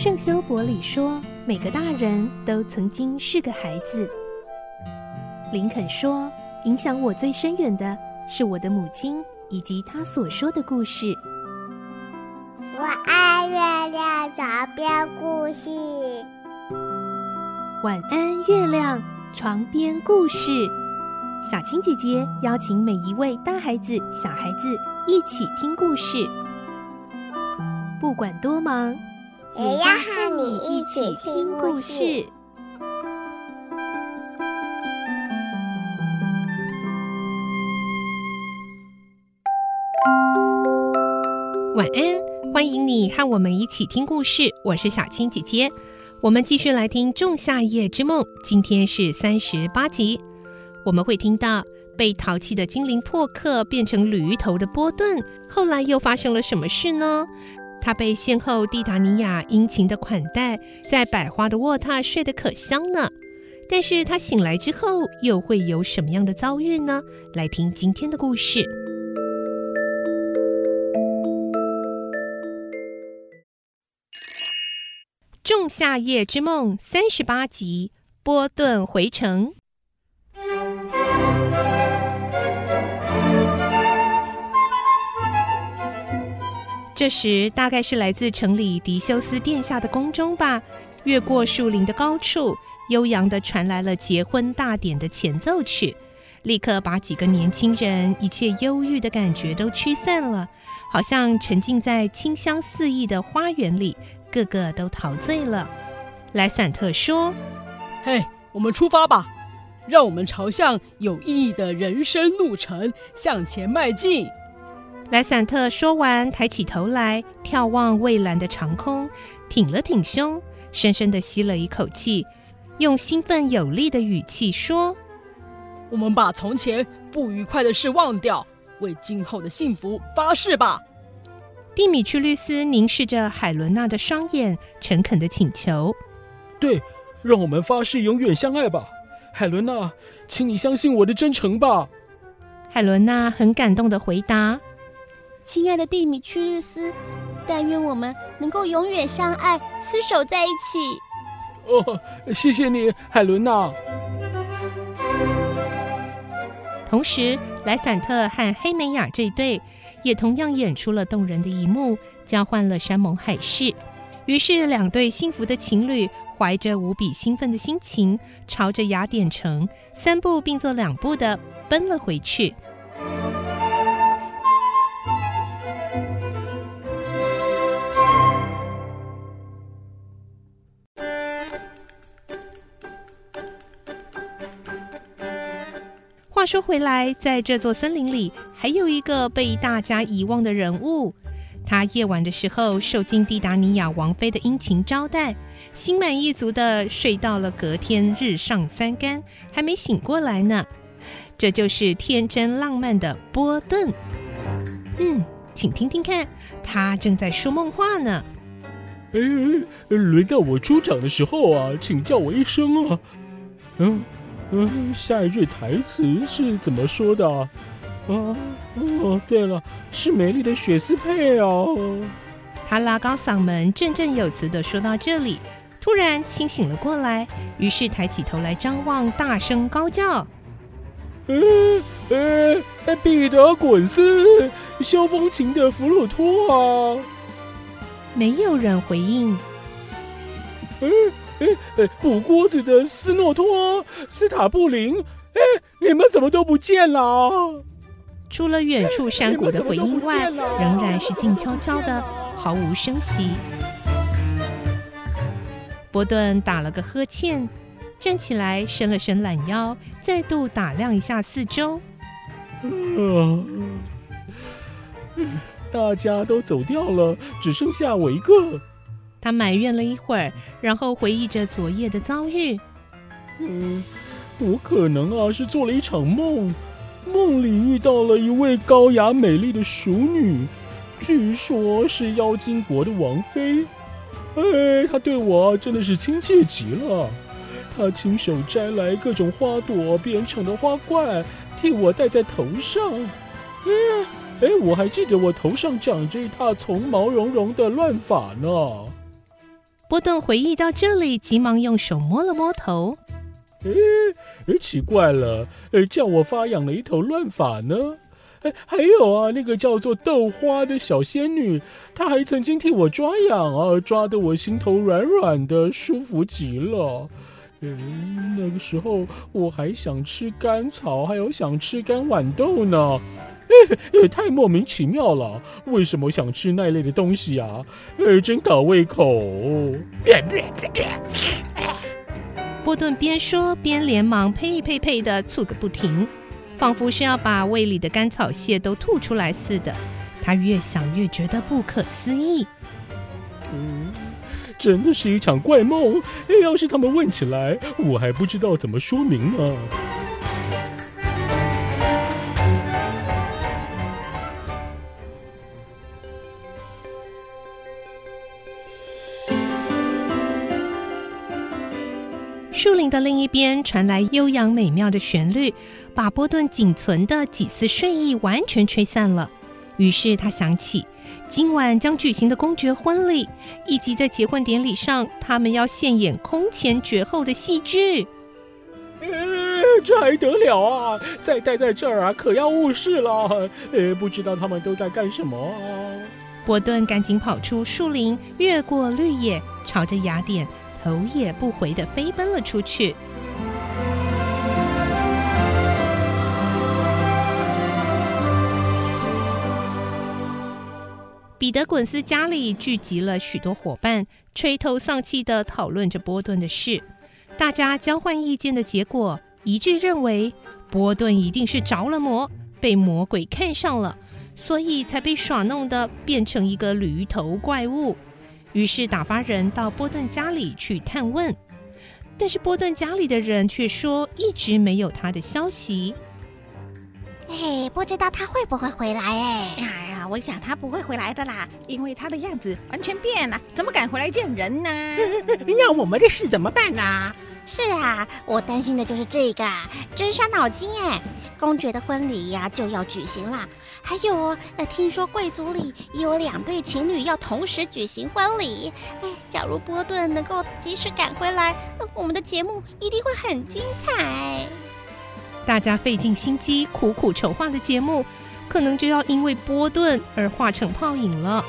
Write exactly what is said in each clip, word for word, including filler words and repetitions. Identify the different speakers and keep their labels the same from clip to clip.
Speaker 1: 圣修伯里说，每个大人都曾经是个孩子。林肯说，影响我最深远的是我的母亲以及她所说的故事。
Speaker 2: 我爱月亮床边故事。
Speaker 1: 晚安，月亮床边故事。小青姐姐邀请每一位大孩子、小孩子一起听故事，不管多忙，
Speaker 2: 也要和你一起听故事。
Speaker 1: 晚安，欢迎你和我们一起听故事，我是小青姐姐。我们继续来听《仲夏夜之梦》，今天是三十八集。我们会听到被淘气的精灵珀克变成鲤鱼头的波顿，后来又发生了什么事呢？他被先后蒂达尼亚殷勤的款待，在百花的卧榻睡得可香呢。但是他醒来之后又会有什么样的遭遇呢？来听今天的故事。仲夏夜之梦三十八集，波顿回城。这时大概是来自城里狄修斯殿下的宫中吧，越过树林的高处，悠扬地传来了结婚大典的前奏曲，立刻把几个年轻人一切忧郁的感觉都驱散了，好像沉浸在清香四溢的花园里，个个都陶醉了。莱散特说，
Speaker 3: 嘿，我们出发吧，让我们朝向有意义的人生路程向前迈进。
Speaker 1: 莱散特说完，抬起头来眺望蔚蓝的长空，挺了挺胸，深深地吸了一口气，用兴奋有力的语气说，
Speaker 3: 我们把从前不愉快的事忘掉，为今后的幸福发誓吧。
Speaker 1: 蒂米屈律斯凝视着海伦娜的双眼，诚恳地请求，
Speaker 4: 对，让我们发誓永远相爱吧。海伦娜，请你相信我的真诚吧。
Speaker 1: 海伦娜很感动地回答，
Speaker 5: 亲爱的蒂米屈律斯，但愿我们能够永远相爱，厮守在一起。
Speaker 4: 哦，谢谢你，海伦娜。
Speaker 1: 同时，莱散特和黑美雅这一对也同样演出了动人的一幕，交换了山盟海誓。于是，两对幸福的情侣怀着无比兴奋的心情，朝着雅典城三步并作两步地奔了回去。话说回来，在这座森林里还有一个被大家遗忘的人物，他夜晚的时候受尽蒂达尼亚王妃的殷勤招待，心满意足地睡到了隔天日上三竿，还没醒过来呢。这就是天真浪漫的波顿。嗯，请听听看，他正在说梦话呢。
Speaker 4: 哎，轮到我出场的时候啊，请叫我一声啊。嗯嗯，下一句台词是怎么说的啊？啊哦，对了，是美丽的雪丝佩哦。
Speaker 1: 他拉高嗓门，振振有词地说到这里，突然清醒了过来，于是抬起头来张望，大声高叫：
Speaker 4: 呃呃，彼得滚斯，萧风琴的弗鲁托啊！
Speaker 1: 没有人回应。
Speaker 4: 呃呃，补锅子的斯诺托、斯塔布林，哎，你们怎么都不见了？
Speaker 1: 除了远处山谷的回音外，仍然是静悄悄的，毫无声息。波顿打了个呵欠，站起来，伸了伸懒腰，再度打量一下四周。
Speaker 4: 呃、大家都走掉了，只剩下我一个。
Speaker 1: 他埋怨了一会儿，然后回忆着昨夜的遭遇。
Speaker 4: 嗯，我可能啊是做了一场梦，梦里遇到了一位高雅美丽的淑女，据说是妖精国的王妃。哎，她对我真的是亲切极了。她亲手摘来各种花朵编成的花冠，替我戴在头上。哎，哎，我还记得我头上长着一大丛毛茸茸的乱发呢。
Speaker 1: 波顿回忆到这里，急忙用手摸了摸头。
Speaker 4: 诶，奇怪了，叫我发痒的一头乱发呢？还有啊，那个叫做豆花的小仙女，她还曾经替我抓痒啊，抓得我心头软软的，舒服极了。嗯，那个时候我还想吃甘草，还有想吃干豌豆呢。也太莫名其妙了，为什么想吃那类的东西啊？呃，真倒胃口。
Speaker 1: 波顿边说边连忙呸呸呸的吐个不停，仿佛是要把胃里的甘草屑都吐出来似的。他越想越觉得不可思议。
Speaker 4: 嗯，真的是一场怪梦。要是他们问起来，我还不知道怎么说明呢。
Speaker 1: 树林的另一边传来悠扬美妙的旋律，把波顿仅存的几丝睡意完全吹散了。于是他想起今晚将举行的公爵婚礼，以及在结婚典礼上他们要献演空前绝后的戏剧。
Speaker 4: 这还得了啊！再待在这儿啊，可要误事了。不知道他们都在干什么啊。
Speaker 1: 波顿赶紧跑出树林，越过绿野，朝着雅典头也不回地飞奔了出去。彼得滚斯家里聚集了许多伙伴，垂头丧气地讨论着波顿的事。大家交换意见的结果一致认为，波顿一定是着了魔，被魔鬼看上了，所以才被耍弄得变成一个驴头怪物。于是打发人到波顿家里去探问，但是波顿家里的人却说一直没有他的消息。
Speaker 5: 哎，不知道他会不会回来哎。
Speaker 6: 哎呀，我想他不会回来的啦，因为他的样子完全变了，怎么敢回来见人呢？
Speaker 7: 那我们的事怎么办呢？
Speaker 5: 是啊，我担心的就是这个，真伤脑筋哎。公爵的婚礼呀、啊、就要举行啦，还有哦，听说贵族里也有两对情侣要同时举行婚礼。哎，假如波顿能够及时赶回来，我们的节目一定会很精彩。
Speaker 1: 大家费尽心机苦苦筹划的节目，可能就要因为波顿而化成泡影了。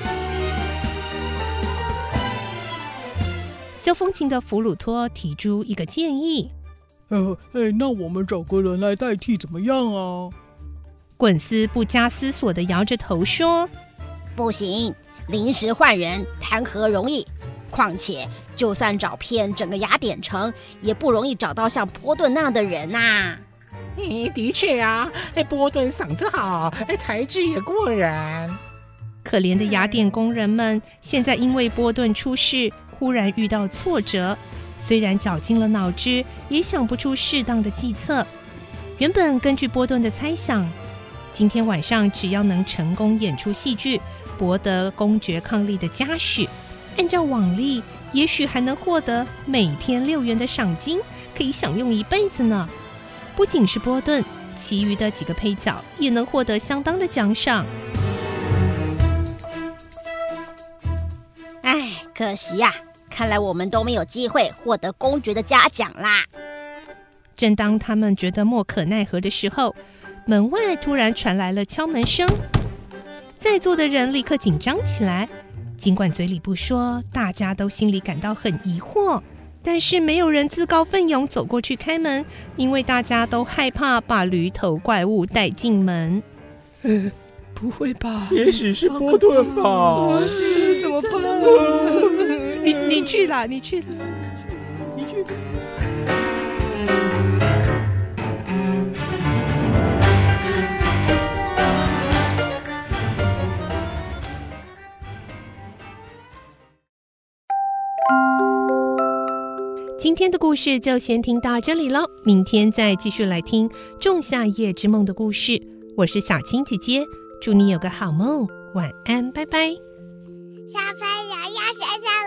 Speaker 1: 修风琴的弗鲁托提出一个建议，
Speaker 8: 呃，哎，那我们找个人来代替怎么样啊？
Speaker 1: 滚斯不加思索地摇着头说：
Speaker 5: 不行，临时换人谈何容易？况且就算找遍整个雅典城，也不容易找到像波顿那样的人啊。
Speaker 7: 哎，的确啊，波顿嗓子好，才智也过人。
Speaker 1: 可怜的雅典工人们现在因为波顿出事，忽然遇到挫折，虽然绞尽了脑汁，也想不出适当的计策。原本根据波顿的猜想，今天晚上只要能成功演出戏剧，博得公爵伉俪的嘉许，按照往例，也许还能获得每天六元的赏金，可以享用一辈子呢。不仅是波顿，其余的几个配角也能获得相当的奖赏。
Speaker 5: 哎，可惜呀、啊，看来我们都没有机会获得公爵的嘉奖啦。
Speaker 1: 正当他们觉得莫可奈何的时候，门外突然传来了敲门声，在座的人立刻紧张起来。尽管嘴里不说，大家都心里感到很疑惑，但是没有人自告奋勇走过去开门，因为大家都害怕把驴头怪物带进门。
Speaker 8: 呃，不会吧？
Speaker 4: 也许是波顿吧？
Speaker 8: 呃、怎么办？
Speaker 1: 呃、你你去啦，你去啦，你去。今天的故事就先听到这里了，明天再继续来听《仲夏夜之梦》的故事。我是小青姐姐，祝你有个好梦，晚安，拜拜。
Speaker 2: 小朋友要睡觉。